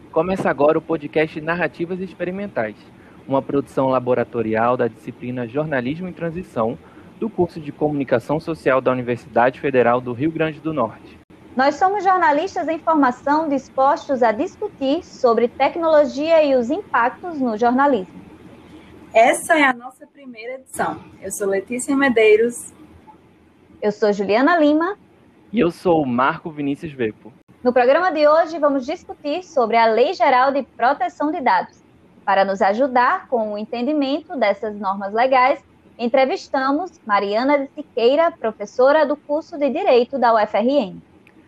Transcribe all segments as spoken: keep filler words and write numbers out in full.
Começa agora o podcast Narrativas Experimentais, uma produção laboratorial da disciplina Jornalismo em Transição, do curso de Comunicação Social da Universidade Federal do Rio Grande do Norte. Nós somos jornalistas em formação dispostos a discutir sobre tecnologia e os impactos no jornalismo. Essa é a nossa primeira edição. Eu sou Letícia Medeiros. Eu sou Juliana Lima. E eu sou Marco Vinícius Vepo. No programa de hoje, vamos discutir sobre a Lei Geral de Proteção de Dados. Para nos ajudar com o entendimento dessas normas legais, entrevistamos Mariana de Siqueira, professora do curso de Direito da U F R N.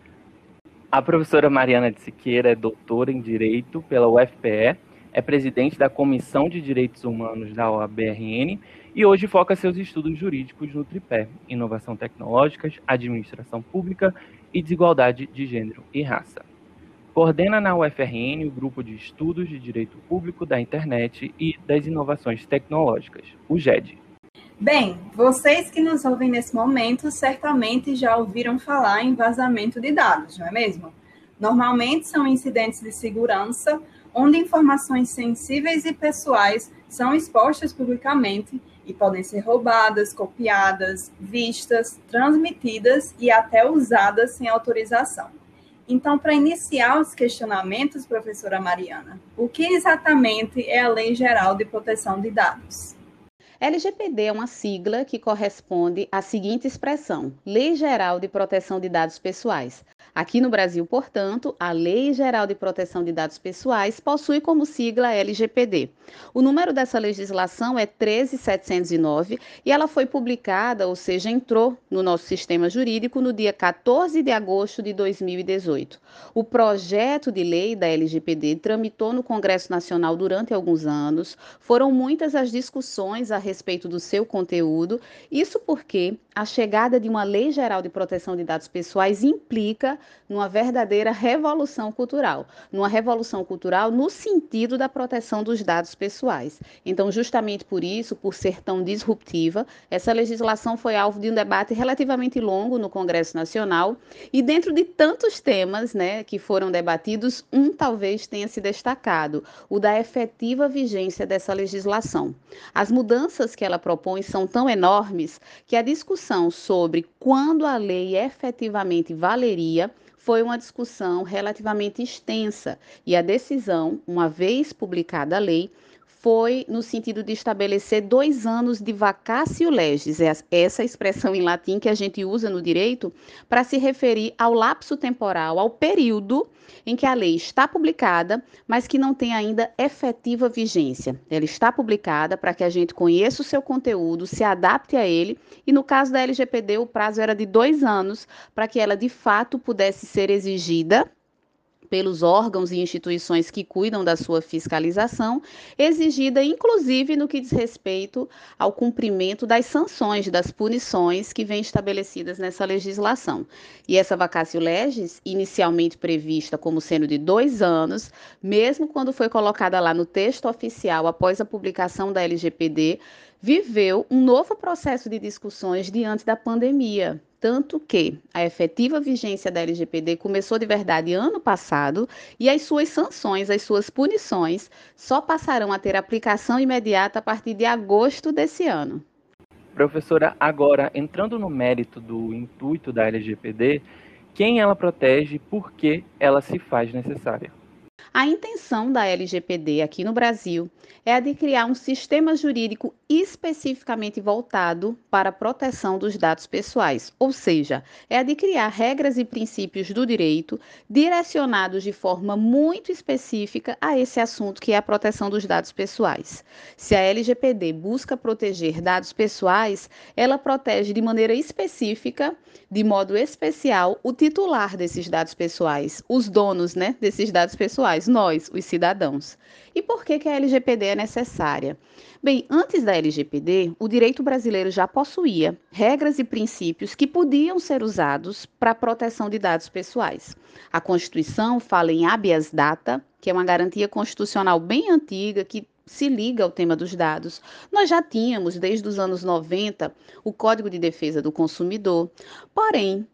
A professora Mariana de Siqueira é doutora em Direito pela U F P E, é presidente da Comissão de Direitos Humanos da O A B R N e hoje foca seus estudos jurídicos no tripé: inovação tecnológica, administração pública e desigualdade de gênero e raça. Coordena na U F R N o Grupo de Estudos de Direito Público da Internet e das Inovações Tecnológicas, o G E D. Bem, vocês que nos ouvem nesse momento certamente já ouviram falar em vazamento de dados, não é mesmo? Normalmente são incidentes de segurança onde informações sensíveis e pessoais são expostas publicamente e podem ser roubadas, copiadas, vistas, transmitidas e até usadas sem autorização. Então, para iniciar os questionamentos, professora Mariana, o que exatamente é a Lei Geral de Proteção de Dados? L G P D é uma sigla que corresponde à seguinte expressão: Lei Geral de Proteção de Dados Pessoais. Aqui no Brasil, portanto, a Lei Geral de Proteção de Dados Pessoais possui como sigla L G P D. O número dessa legislação é treze mil setecentos e nove e ela foi publicada, ou seja, entrou no nosso sistema jurídico no dia quatorze de agosto de dois mil e dezoito. O projeto de lei da L G P D tramitou no Congresso Nacional durante alguns anos, foram muitas as discussões a respeito do seu conteúdo, isso porque a chegada de uma Lei Geral de Proteção de Dados Pessoais implica numa verdadeira revolução cultural, numa revolução cultural no sentido da proteção dos dados pessoais. Então, justamente por isso, por ser tão disruptiva, essa legislação foi alvo de um debate relativamente longo no Congresso Nacional e dentro de tantos temas, né, que foram debatidos, um talvez tenha se destacado, o da efetiva vigência dessa legislação. As mudanças que ela propõe são tão enormes que a discussão sobre quando a lei efetivamente valeria foi uma discussão relativamente extensa e a decisão, uma vez publicada a lei, foi no sentido de estabelecer dois anos de vacatio legis, essa expressão em latim que a gente usa no direito para se referir ao lapso temporal, ao período em que a lei está publicada, mas que não tem ainda efetiva vigência. Ela está publicada para que a gente conheça o seu conteúdo, se adapte a ele, e no caso da L G P D o prazo era de dois anos para que ela de fato pudesse ser exigida pelos órgãos e instituições que cuidam da sua fiscalização, exigida inclusive no que diz respeito ao cumprimento das sanções, das punições que vêm estabelecidas nessa legislação. E essa vacatio legis, inicialmente prevista como sendo de dois anos, mesmo quando foi colocada lá no texto oficial após a publicação da L G P D, viveu um novo processo de discussões diante da pandemia. Tanto que a efetiva vigência da L G P D começou de verdade ano passado e as suas sanções, as suas punições, só passarão a ter aplicação imediata a partir de agosto desse ano. Professora, agora, entrando no mérito do intuito da L G P D, quem ela protege e por que ela se faz necessária? A intenção da L G P D aqui no Brasil é a de criar um sistema jurídico especificamente voltado para a proteção dos dados pessoais, ou seja, é a de criar regras e princípios do direito direcionados de forma muito específica a esse assunto que é a proteção dos dados pessoais. Se a L G P D busca proteger dados pessoais, ela protege de maneira específica, de modo especial, o titular desses dados pessoais, os donos, né, desses dados pessoais, nós, os cidadãos. E por que que a L G P D é necessária? Bem, antes da L G P D, o direito brasileiro já possuía regras e princípios que podiam ser usados para a proteção de dados pessoais. A Constituição fala em habeas data, que é uma garantia constitucional bem antiga que se liga ao tema dos dados. Nós já tínhamos, desde os anos noventa, o Código de Defesa do Consumidor. Porém,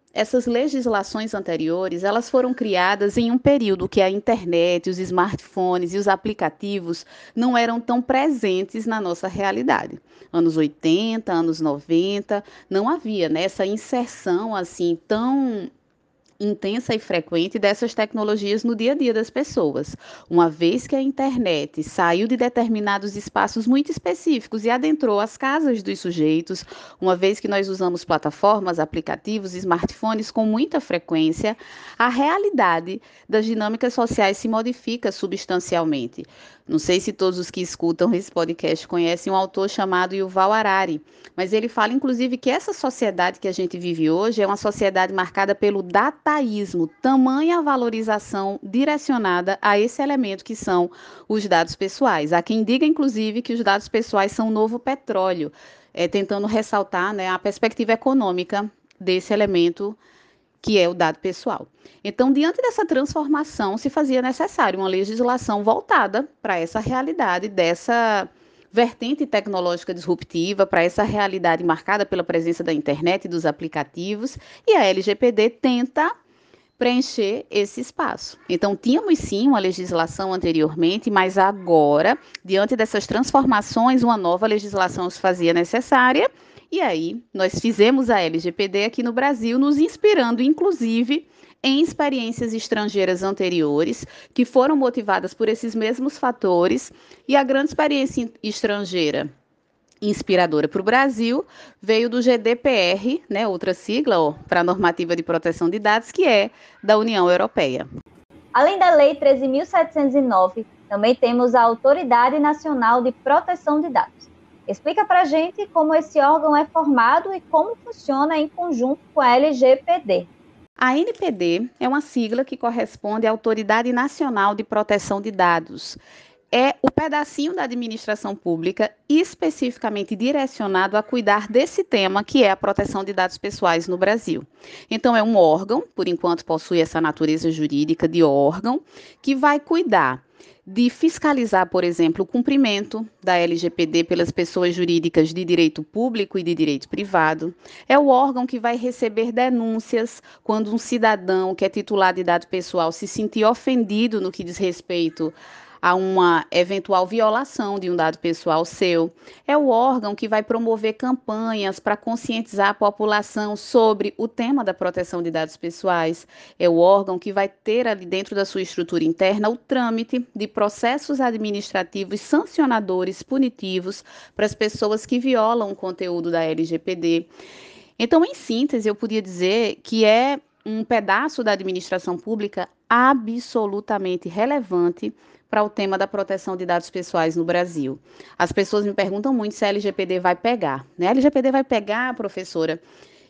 essas legislações anteriores, elas foram criadas em um período que a internet, os smartphones e os aplicativos não eram tão presentes na nossa realidade. Anos oitenta, anos noventa, não havia, né, essa inserção assim tão intensa e frequente dessas tecnologias no dia a dia das pessoas. Uma vez que a internet saiu de determinados espaços muito específicos e adentrou as casas dos sujeitos, uma vez que nós usamos plataformas, aplicativos, smartphones com muita frequência, a realidade das dinâmicas sociais se modifica substancialmente. Não sei se todos os que escutam esse podcast conhecem um autor chamado Yuval Harari, mas ele fala, inclusive, que essa sociedade que a gente vive hoje é uma sociedade marcada pelo dataísmo, tamanha valorização direcionada a esse elemento que são os dados pessoais. Há quem diga, inclusive, que os dados pessoais são o novo petróleo, é, tentando ressaltar, né, a perspectiva econômica desse elemento que é o dado pessoal. Então, diante dessa transformação, se fazia necessário uma legislação voltada para essa realidade, dessa vertente tecnológica disruptiva, para essa realidade marcada pela presença da internet e dos aplicativos, e a L G P D tenta preencher esse espaço. Então, tínhamos sim uma legislação anteriormente, mas agora, diante dessas transformações, uma nova legislação se fazia necessária. E aí, nós fizemos a L G P D aqui no Brasil, nos inspirando, inclusive, em experiências estrangeiras anteriores, que foram motivadas por esses mesmos fatores, e a grande experiência estrangeira inspiradora para o Brasil veio do G D P R, né, outra sigla para a Normativa de Proteção de Dados, que é da União Europeia. Além da Lei treze mil setecentos e nove, também temos a Autoridade Nacional de Proteção de Dados. Explica para a gente como esse órgão é formado e como funciona em conjunto com a L G P D. A N P D é uma sigla que corresponde à Autoridade Nacional de Proteção de Dados. É o pedacinho da administração pública especificamente direcionado a cuidar desse tema, que é a proteção de dados pessoais no Brasil. Então, é um órgão, por enquanto possui essa natureza jurídica de órgão, que vai cuidar de fiscalizar, por exemplo, o cumprimento da L G P D pelas pessoas jurídicas de direito público e de direito privado. É o órgão que vai receber denúncias quando um cidadão que é titular de dado pessoal se sentir ofendido no que diz respeito a uma eventual violação de um dado pessoal seu. É o órgão que vai promover campanhas para conscientizar a população sobre o tema da proteção de dados pessoais. É o órgão que vai ter ali dentro da sua estrutura interna o trâmite de processos administrativos sancionadores punitivos para as pessoas que violam o conteúdo da L G P D. Então, em síntese, eu podia dizer que é um pedaço da administração pública absolutamente relevante para o tema da proteção de dados pessoais no Brasil. As pessoas me perguntam muito se a L G P D vai pegar. Né? A L G P D vai pegar, professora?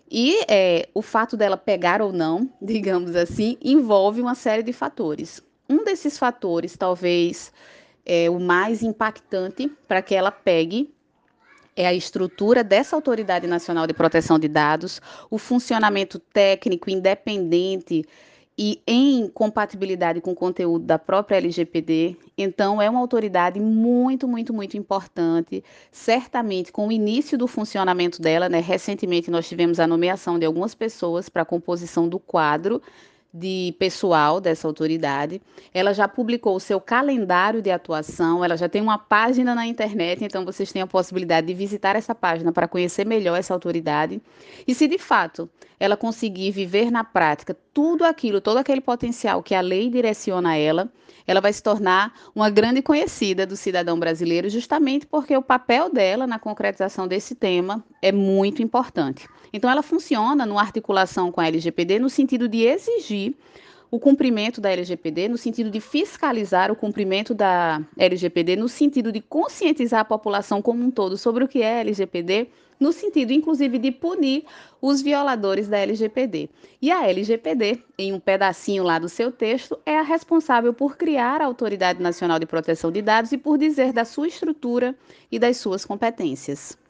E é, o fato dela pegar ou não, digamos assim, envolve uma série de fatores. Um desses fatores, talvez é, o mais impactante para que ela pegue, é a estrutura dessa Autoridade Nacional de Proteção de Dados, o funcionamento técnico independente e em compatibilidade com o conteúdo da própria L G P D. Então, é uma autoridade muito, muito, muito importante, certamente com o início do funcionamento dela, né? Recentemente nós tivemos a nomeação de algumas pessoas para a composição do quadro de pessoal dessa autoridade. Ela já publicou o seu calendário de atuação, ela já tem uma página na internet, então vocês têm a possibilidade de visitar essa página para conhecer melhor essa autoridade. E se de fato ela conseguir viver na prática tudo aquilo, todo aquele potencial que a lei direciona a ela, ela vai se tornar uma grande conhecida do cidadão brasileiro, justamente porque o papel dela na concretização desse tema é muito importante. Então, ela funciona numa articulação com a L G P D no sentido de exigir o cumprimento da L G P D, no sentido de fiscalizar o cumprimento da L G P D, no sentido de conscientizar a população como um todo sobre o que é L G P D, no sentido, inclusive, de punir os violadores da L G P D. E a L G P D, em um pedacinho lá do seu texto, é a responsável por criar a Autoridade Nacional de Proteção de Dados e por dizer da sua estrutura e das suas competências.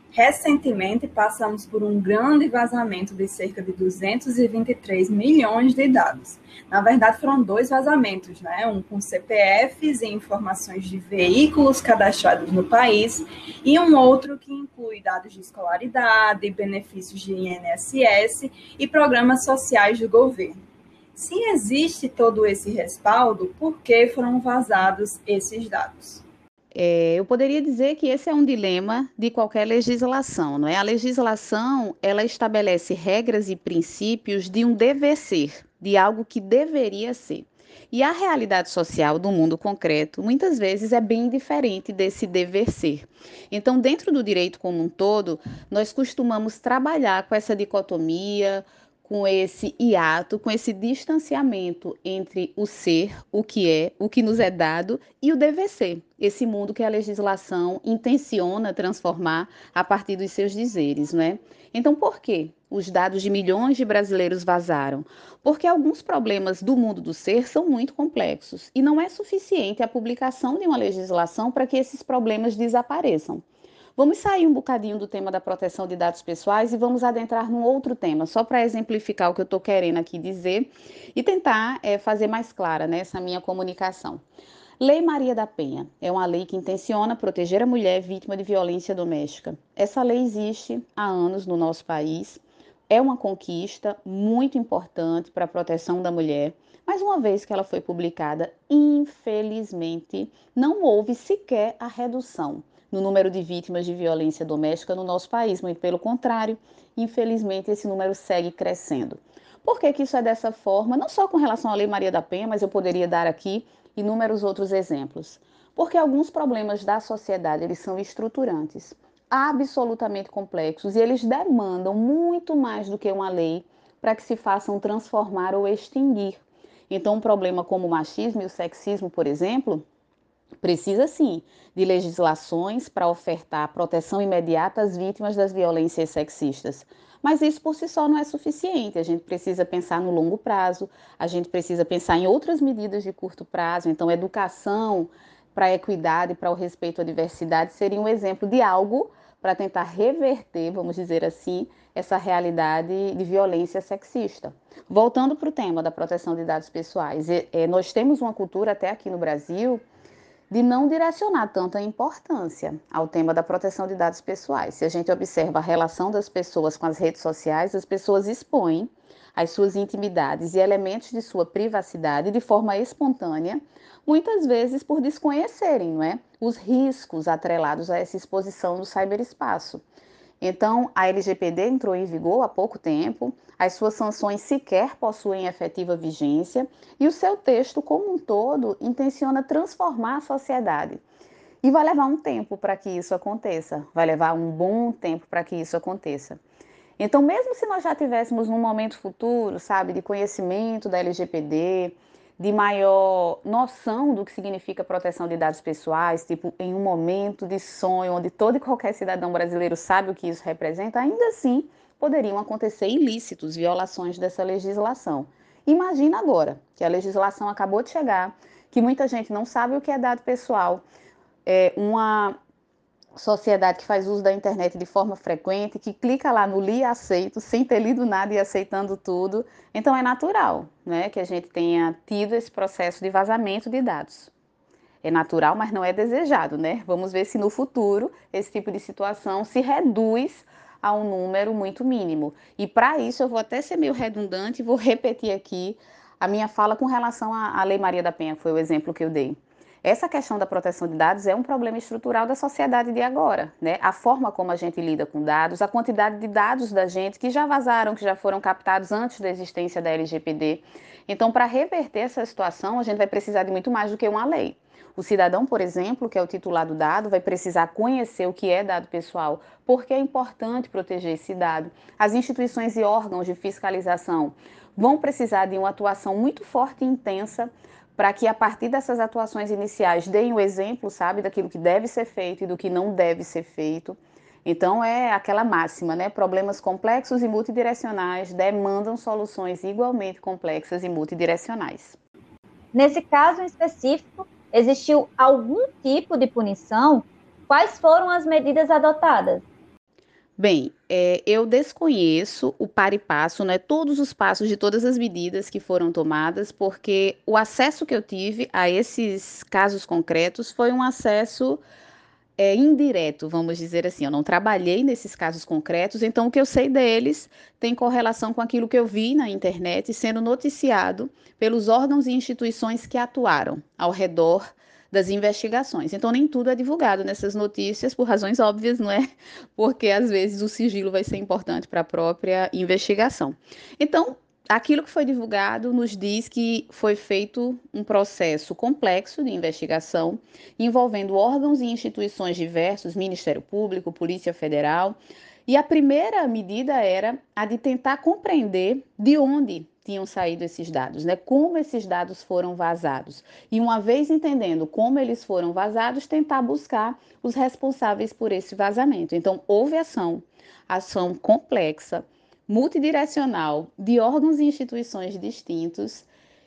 Recentemente, passamos por um grande vazamento de cerca de duzentos e vinte e três milhões de dados. Na verdade, foram dois vazamentos, né? Um com C P Fs e informações de veículos cadastrados no país, e um outro que inclui dados de escolaridade, benefícios de I N S S e programas sociais do governo. Se existe todo esse respaldo, por que foram vazados esses dados? É, eu poderia dizer que esse é um dilema de qualquer legislação, não é? A legislação, ela estabelece regras e princípios de um dever ser, de algo que deveria ser. E a realidade social do mundo concreto, muitas vezes, é bem diferente desse dever ser. Então, dentro do direito como um todo, nós costumamos trabalhar com essa dicotomia, com esse hiato, com esse distanciamento entre o ser, o que é, o que nos é dado e o dever ser, esse mundo que a legislação intenciona transformar a partir dos seus dizeres, não é? Então, por que os dados de milhões de brasileiros vazaram? Porque alguns problemas do mundo do ser são muito complexos e não é suficiente a publicação de uma legislação para que esses problemas desapareçam. Vamos sair um bocadinho do tema da proteção de dados pessoais e vamos adentrar num outro tema, só para exemplificar o que eu estou querendo aqui dizer e tentar é, fazer mais clara, né, essa minha comunicação. Lei Maria da Penha é uma lei que intenciona proteger a mulher vítima de violência doméstica. Essa lei existe há anos no nosso país, é uma conquista muito importante para a proteção da mulher, mas uma vez que ela foi publicada, infelizmente, não houve sequer a redução no número de vítimas de violência doméstica no nosso país, muito pelo contrário, infelizmente esse número segue crescendo. Por que que isso é dessa forma? Não só com relação à Lei Maria da Penha, mas eu poderia dar aqui inúmeros outros exemplos. Porque alguns problemas da sociedade, eles são estruturantes, absolutamente complexos, e eles demandam muito mais do que uma lei para que se façam transformar ou extinguir. Então, um problema como o machismo e o sexismo, por exemplo, precisa sim de legislações para ofertar proteção imediata às vítimas das violências sexistas. Mas isso por si só não é suficiente. A gente precisa pensar no longo prazo, a gente precisa pensar em outras medidas de curto prazo. Então, educação para a equidade, para o respeito à diversidade seria um exemplo de algo para tentar reverter, vamos dizer assim, essa realidade de violência sexista. Voltando para o tema da proteção de dados pessoais, nós temos uma cultura até aqui no Brasil de não direcionar tanta importância ao tema da proteção de dados pessoais. Se a gente observa a relação das pessoas com as redes sociais, as pessoas expõem as suas intimidades e elementos de sua privacidade de forma espontânea, muitas vezes por desconhecerem, não é, os riscos atrelados a essa exposição no ciberespaço. Então, a L G P D entrou em vigor há pouco tempo, as suas sanções sequer possuem efetiva vigência e o seu texto, como um todo, intenciona transformar a sociedade. E vai levar um tempo para que isso aconteça, vai levar um bom tempo para que isso aconteça. Então, mesmo se nós já tivéssemos num momento futuro, sabe, de conhecimento da L G P D, de maior noção do que significa proteção de dados pessoais, tipo, em um momento de sonho, onde todo e qualquer cidadão brasileiro sabe o que isso representa, ainda assim poderiam acontecer ilícitos, violações dessa legislação. Imagina agora que a legislação acabou de chegar, que muita gente não sabe o que é dado pessoal, é uma sociedade que faz uso da internet de forma frequente, que clica lá no li e aceito, sem ter lido nada e aceitando tudo. Então é natural, né, que a gente tenha tido esse processo de vazamento de dados. É natural, mas não é desejado, né? Vamos ver se no futuro esse tipo de situação se reduz a um número muito mínimo. E para isso eu vou até ser meio redundante e vou repetir aqui a minha fala com relação à Lei Maria da Penha, que foi o exemplo que eu dei. Essa questão da proteção de dados é um problema estrutural da sociedade de agora, né? A forma como a gente lida com dados, a quantidade de dados da gente que já vazaram, que já foram captados antes da existência da L G P D. Então, para reverter essa situação, a gente vai precisar de muito mais do que uma lei. O cidadão, por exemplo, que é o titular do dado, vai precisar conhecer o que é dado pessoal, porque é importante proteger esse dado. As instituições e órgãos de fiscalização vão precisar de uma atuação muito forte e intensa para que, a partir dessas atuações iniciais, deem o exemplo, sabe, daquilo que deve ser feito e do que não deve ser feito. Então, é aquela máxima, né? Problemas complexos e multidirecionais demandam soluções igualmente complexas e multidirecionais. Nesse caso em específico, existiu algum tipo de punição? Quais foram as medidas adotadas? Bem, é, eu desconheço o par e passo, né, todos os passos de todas as medidas que foram tomadas, porque o acesso que eu tive a esses casos concretos foi um acesso é, indireto, vamos dizer assim. Eu não trabalhei nesses casos concretos, então o que eu sei deles tem correlação com aquilo que eu vi na internet sendo noticiado pelos órgãos e instituições que atuaram ao redor das investigações. Então, nem tudo é divulgado nessas notícias, por razões óbvias, não é? Porque às vezes o sigilo vai ser importante para a própria investigação. Então, aquilo que foi divulgado nos diz que foi feito um processo complexo de investigação envolvendo órgãos e instituições diversos, Ministério Público, Polícia Federal, e a primeira medida era a de tentar compreender de onde tinham saído esses dados, né? Como esses dados foram vazados. E uma vez entendendo como eles foram vazados, tentar buscar os responsáveis por esse vazamento. Então, houve ação, ação complexa, multidirecional, de órgãos e instituições distintos,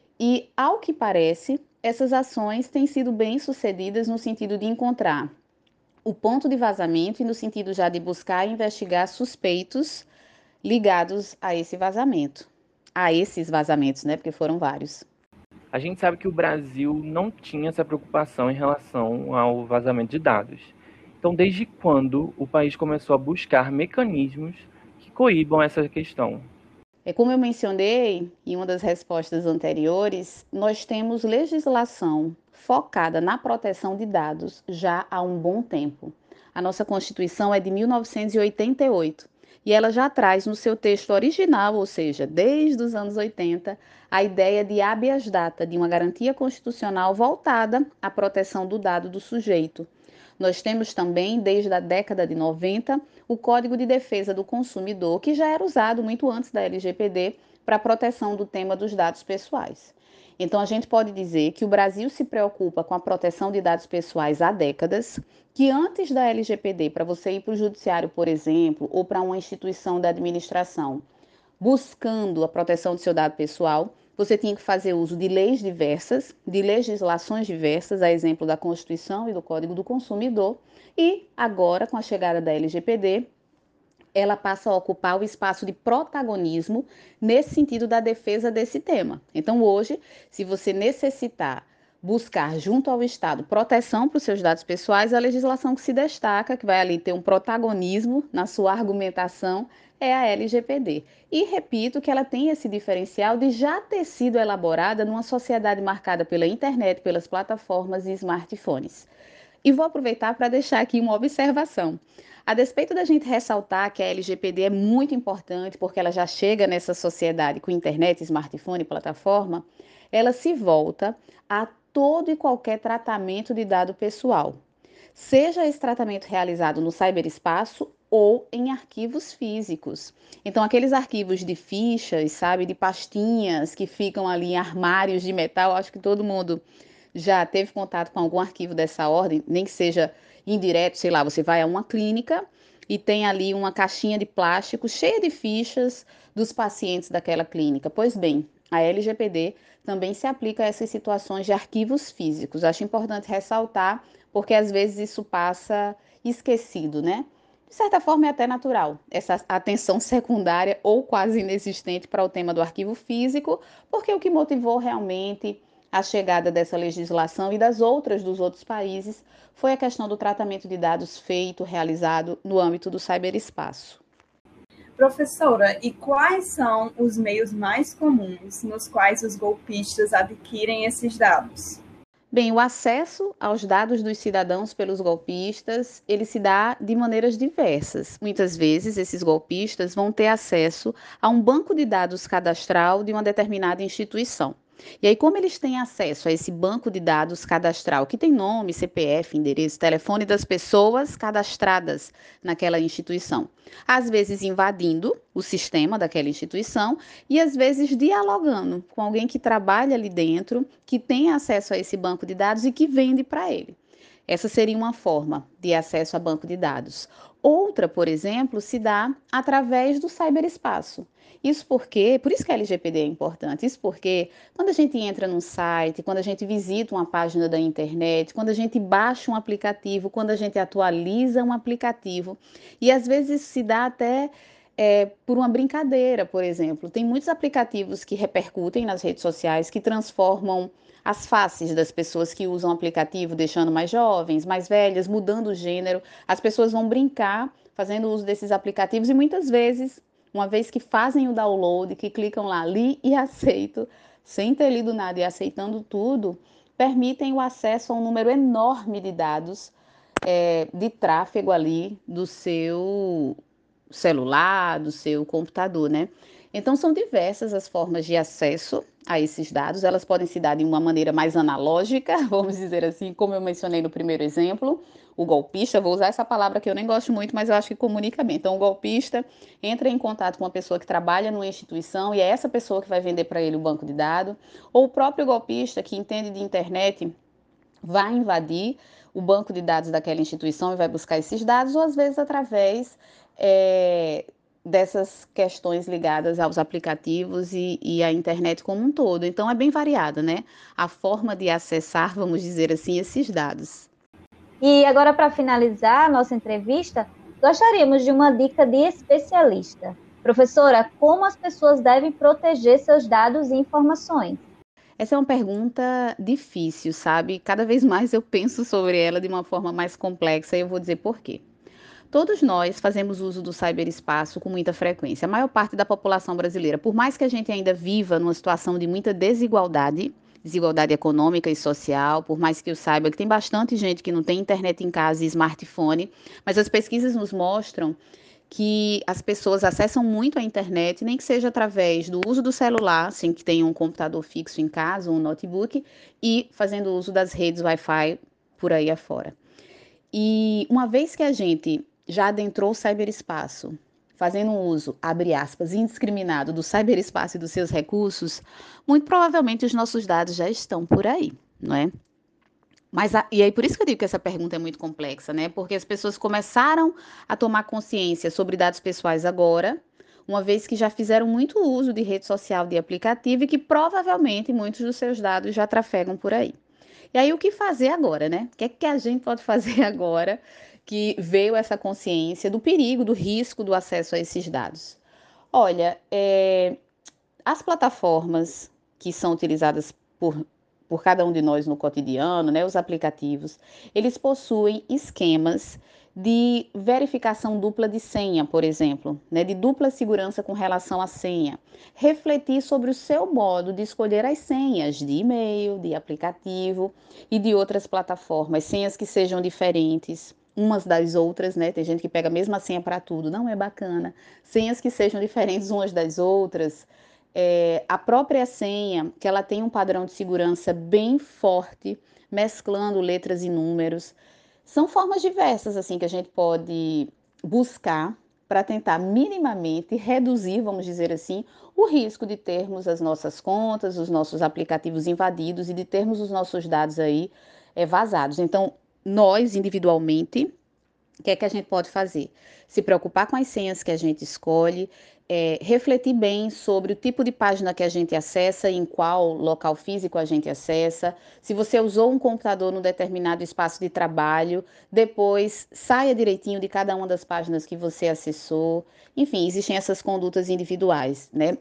e, ao que parece, essas ações têm sido bem-sucedidas no sentido de encontrar o ponto de vazamento e no sentido já de buscar e investigar suspeitos ligados a esse vazamento. A esses vazamentos, né? Porque foram vários. A gente sabe que o Brasil não tinha essa preocupação em relação ao vazamento de dados. Então, desde quando o país começou a buscar mecanismos que coíbam essa questão? É como eu mencionei em uma das respostas anteriores, nós temos legislação focada na proteção de dados já há um bom tempo. A nossa Constituição é de mil novecentos e oitenta e oito e ela já traz no seu texto original, ou seja, desde os anos oitenta, a ideia de habeas data, de uma garantia constitucional voltada à proteção do dado do sujeito. Nós temos também, desde a década de noventa, o Código de Defesa do Consumidor, que já era usado muito antes da L G P D para a proteção do tema dos dados pessoais. Então, a gente pode dizer que o Brasil se preocupa com a proteção de dados pessoais há décadas, que antes da L G P D, para você ir para o judiciário, por exemplo, ou para uma instituição da administração, buscando a proteção do seu dado pessoal, você tinha que fazer uso de leis diversas, de legislações diversas, a exemplo da Constituição e do Código do Consumidor, e agora, com a chegada da L G P D, ela passa a ocupar o espaço de protagonismo nesse sentido da defesa desse tema. Então, hoje, se você necessitar buscar junto ao Estado proteção para os seus dados pessoais, a legislação que se destaca, que vai ali ter um protagonismo na sua argumentação, é a L G P D. E repito que ela tem esse diferencial de já ter sido elaborada numa sociedade marcada pela internet, pelas plataformas e smartphones. E vou aproveitar para deixar aqui uma observação. A despeito da gente ressaltar que a L G P D é muito importante, porque ela já chega nessa sociedade com internet, smartphone e plataforma, ela se volta a todo e qualquer tratamento de dado pessoal, seja esse tratamento realizado no ciberespaço ou em arquivos físicos. Então, aqueles arquivos de fichas, sabe, de pastinhas que ficam ali em armários de metal, acho que todo mundo já teve contato com algum arquivo dessa ordem, nem que seja indireto, sei lá, você vai a uma clínica e tem ali uma caixinha de plástico cheia de fichas dos pacientes daquela clínica. Pois bem, a L G P D também se aplica a essas situações de arquivos físicos. Acho importante ressaltar, porque às vezes isso passa esquecido, né? De certa forma é até natural, essa atenção secundária ou quase inexistente para o tema do arquivo físico, porque o que motivou realmente a chegada dessa legislação e das outras dos outros países foi a questão do tratamento de dados feito, realizado no âmbito do ciberespaço. Professora, e quais são os meios mais comuns nos quais os golpistas adquirem esses dados? Bem, o acesso aos dados dos cidadãos pelos golpistas, ele se dá de maneiras diversas. Muitas vezes, esses golpistas vão ter acesso a um banco de dados cadastral de uma determinada instituição. E aí, como eles têm acesso a esse banco de dados cadastral, que tem nome, C P F, endereço, telefone das pessoas cadastradas naquela instituição? Às vezes invadindo o sistema daquela instituição e às vezes dialogando com alguém que trabalha ali dentro, que tem acesso a esse banco de dados e que vende para ele. Essa seria uma forma de acesso a banco de dados. Outra, por exemplo, se dá através do ciberespaço. Isso porque, por isso que a L G P D é importante, isso porque quando a gente entra num site, quando a gente visita uma página da internet, quando a gente baixa um aplicativo, quando a gente atualiza um aplicativo, e às vezes isso se dá até é, por uma brincadeira, por exemplo. Tem muitos aplicativos que repercutem nas redes sociais, que transformam as faces das pessoas que usam o aplicativo, deixando mais jovens, mais velhas, mudando o gênero. As pessoas vão brincar fazendo uso desses aplicativos e muitas vezes, uma vez que fazem o download, que clicam lá, li e aceito, sem ter lido nada e aceitando tudo, permitem o acesso a um número enorme de dados é, de tráfego ali do seu celular, do seu computador, né? Então, são diversas as formas de acesso a esses dados. Elas podem se dar de uma maneira mais analógica, vamos dizer assim, como eu mencionei no primeiro exemplo. O golpista, vou usar essa palavra que eu nem gosto muito, mas eu acho que comunica bem. Então, o golpista entra em contato com uma pessoa que trabalha numa instituição e é essa pessoa que vai vender para ele o banco de dados. Ou o próprio golpista, que entende de internet, vai invadir o banco de dados daquela instituição e vai buscar esses dados, ou às vezes através é, dessas questões ligadas aos aplicativos e, e à internet como um todo. Então é bem variada, né? A forma de acessar, vamos dizer assim, esses dados. E agora, para finalizar a nossa entrevista, gostaríamos de uma dica de especialista. Professora, como as pessoas devem proteger seus dados e informações? Essa é uma pergunta difícil, sabe? Cada vez mais eu penso sobre ela de uma forma mais complexa e eu vou dizer por quê. Todos nós fazemos uso do ciberespaço com muita frequência. A maior parte da população brasileira, por mais que a gente ainda viva numa situação de muita desigualdade, desigualdade econômica e social, por mais que eu saiba que tem bastante gente que não tem internet em casa e smartphone, mas as pesquisas nos mostram que as pessoas acessam muito a internet, nem que seja através do uso do celular, assim que tem um computador fixo em casa, um notebook, e fazendo uso das redes Wi-Fi por aí afora. E uma vez que a gente já adentrou o ciberespaço, fazendo um uso, abre aspas, indiscriminado do ciberespaço e dos seus recursos, muito provavelmente os nossos dados já estão por aí, não é? Mas, a, e aí por isso que eu digo que essa pergunta é muito complexa, né? Porque as pessoas começaram a tomar consciência sobre dados pessoais agora, uma vez que já fizeram muito uso de rede social, de aplicativo, e que provavelmente muitos dos seus dados já trafegam por aí. E aí o que fazer agora, né? O que é que a gente pode fazer agora que veio essa consciência do perigo, do risco do acesso a esses dados? Olha, é, as plataformas que são utilizadas por por cada um de nós no cotidiano, né, os aplicativos, eles possuem esquemas de verificação dupla de senha, por exemplo, né, de dupla segurança com relação à senha. Refletir sobre o seu modo de escolher as senhas de e-mail, de aplicativo e de outras plataformas, senhas que sejam diferentes umas das outras, né? Tem gente que pega a mesma senha para tudo, não é bacana. Senhas que sejam diferentes umas das outras. É, a própria senha, que ela tem um padrão de segurança bem forte, mesclando letras e números. São formas diversas assim que a gente pode buscar para tentar minimamente reduzir, vamos dizer assim, o risco de termos as nossas contas, os nossos aplicativos invadidos e de termos os nossos dados aí é, vazados. Então, nós individualmente, o que é que a gente pode fazer? Se preocupar com as senhas que a gente escolhe, é, refletir bem sobre o tipo de página que a gente acessa e em qual local físico a gente acessa. Se você usou um computador num determinado espaço de trabalho, depois saia direitinho de cada uma das páginas que você acessou. Enfim, existem essas condutas individuais, né?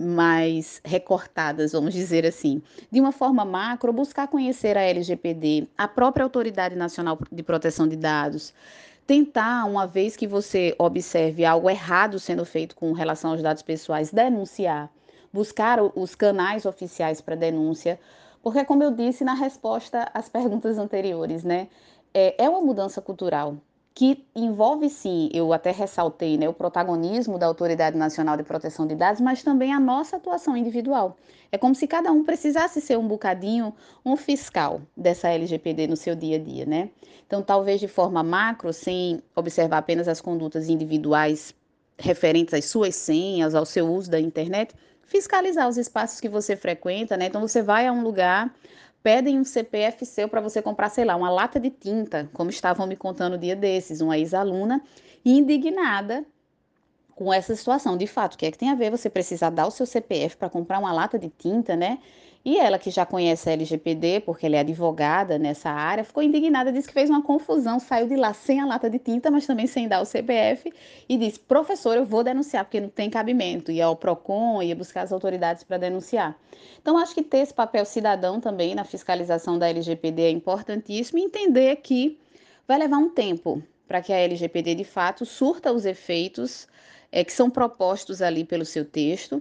Mais recortadas, vamos dizer assim. De uma forma macro, buscar conhecer a L G P D, a própria Autoridade Nacional de Proteção de Dados, tentar, uma vez que você observe algo errado sendo feito com relação aos dados pessoais, denunciar, buscar os canais oficiais para denúncia, porque, como eu disse na resposta às perguntas anteriores, né, é, é uma mudança cultural que envolve, sim, eu até ressaltei, né, o protagonismo da Autoridade Nacional de Proteção de Dados, mas também a nossa atuação individual. É como se cada um precisasse ser um bocadinho um fiscal dessa L G P D no seu dia a dia, né? Então, talvez de forma macro, sem observar apenas as condutas individuais referentes às suas senhas, ao seu uso da internet, fiscalizar os espaços que você frequenta, né? Então, você vai a um lugar pedem um C P F seu para você comprar, sei lá, uma lata de tinta, como estavam me contando um dia desses, uma ex-aluna indignada com essa situação. De fato, o que é que tem a ver você precisar dar o seu C P F para comprar uma lata de tinta, né? E ela, que já conhece a L G P D, porque ela é advogada nessa área, ficou indignada, disse que fez uma confusão, saiu de lá sem a lata de tinta, mas também sem dar o C P F, e disse, professor, eu vou denunciar, porque não tem cabimento, ia ao PROCON, ia buscar as autoridades para denunciar. Então, acho que ter esse papel cidadão também na fiscalização da L G P D é importantíssimo, e entender que vai levar um tempo para que a L G P D, de fato, surta os efeitos é, que são propostos ali pelo seu texto.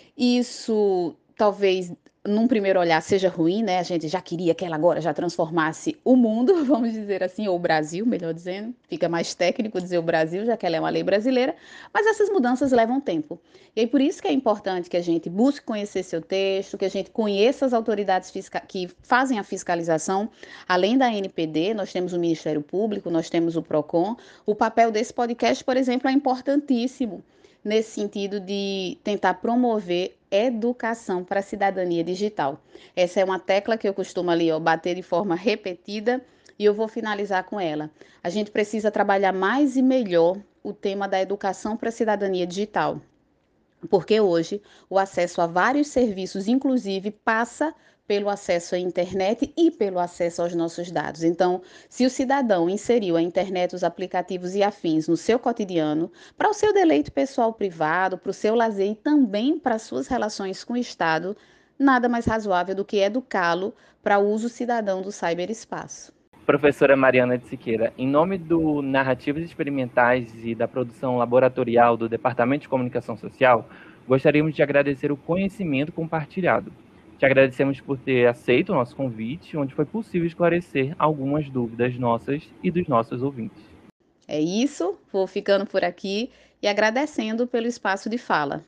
Isso talvez num primeiro olhar seja ruim, né? A gente já queria que ela agora já transformasse o mundo, vamos dizer assim, ou o Brasil, melhor dizendo. Fica mais técnico dizer o Brasil, já que ela é uma lei brasileira, mas essas mudanças levam tempo. E aí por isso que é importante que a gente busque conhecer seu texto, que a gente conheça as autoridades que fazem a fiscalização. Além da A N P D, nós temos o Ministério Público, nós temos o PROCON. O papel desse podcast, por exemplo, é importantíssimo nesse sentido de tentar promover educação para a cidadania digital. Essa é uma tecla que eu costumo ali, ó, bater de forma repetida, e eu vou finalizar com ela. A gente precisa trabalhar mais e melhor o tema da educação para a cidadania digital, porque hoje o acesso a vários serviços, inclusive, passa pelo acesso à internet e pelo acesso aos nossos dados. Então, se o cidadão inseriu a internet, os aplicativos e afins no seu cotidiano, para o seu deleite pessoal privado, para o seu lazer e também para as suas relações com o Estado, nada mais razoável do que educá-lo para o uso cidadão do ciberespaço. Professora Mariana de Siqueira, em nome do Narrativas Experimentais e da produção laboratorial do Departamento de Comunicação Social, gostaríamos de agradecer o conhecimento compartilhado. Te agradecemos por ter aceito o nosso convite, onde foi possível esclarecer algumas dúvidas nossas e dos nossos ouvintes. É isso, vou ficando por aqui e agradecendo pelo espaço de fala.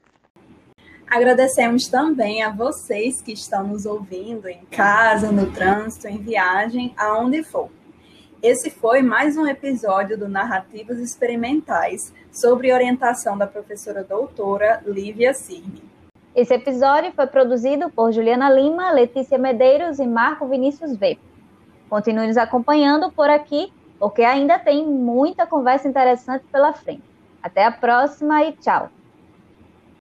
Agradecemos também a vocês que estão nos ouvindo em casa, no trânsito, em viagem, aonde for. Esse foi mais um episódio do Narrativas Experimentais, sobre orientação da professora doutora Lívia Cirne. Esse episódio foi produzido por Juliana Lima, Letícia Medeiros e Marco Vinícius V. Continue nos acompanhando por aqui, porque ainda tem muita conversa interessante pela frente. Até a próxima e tchau!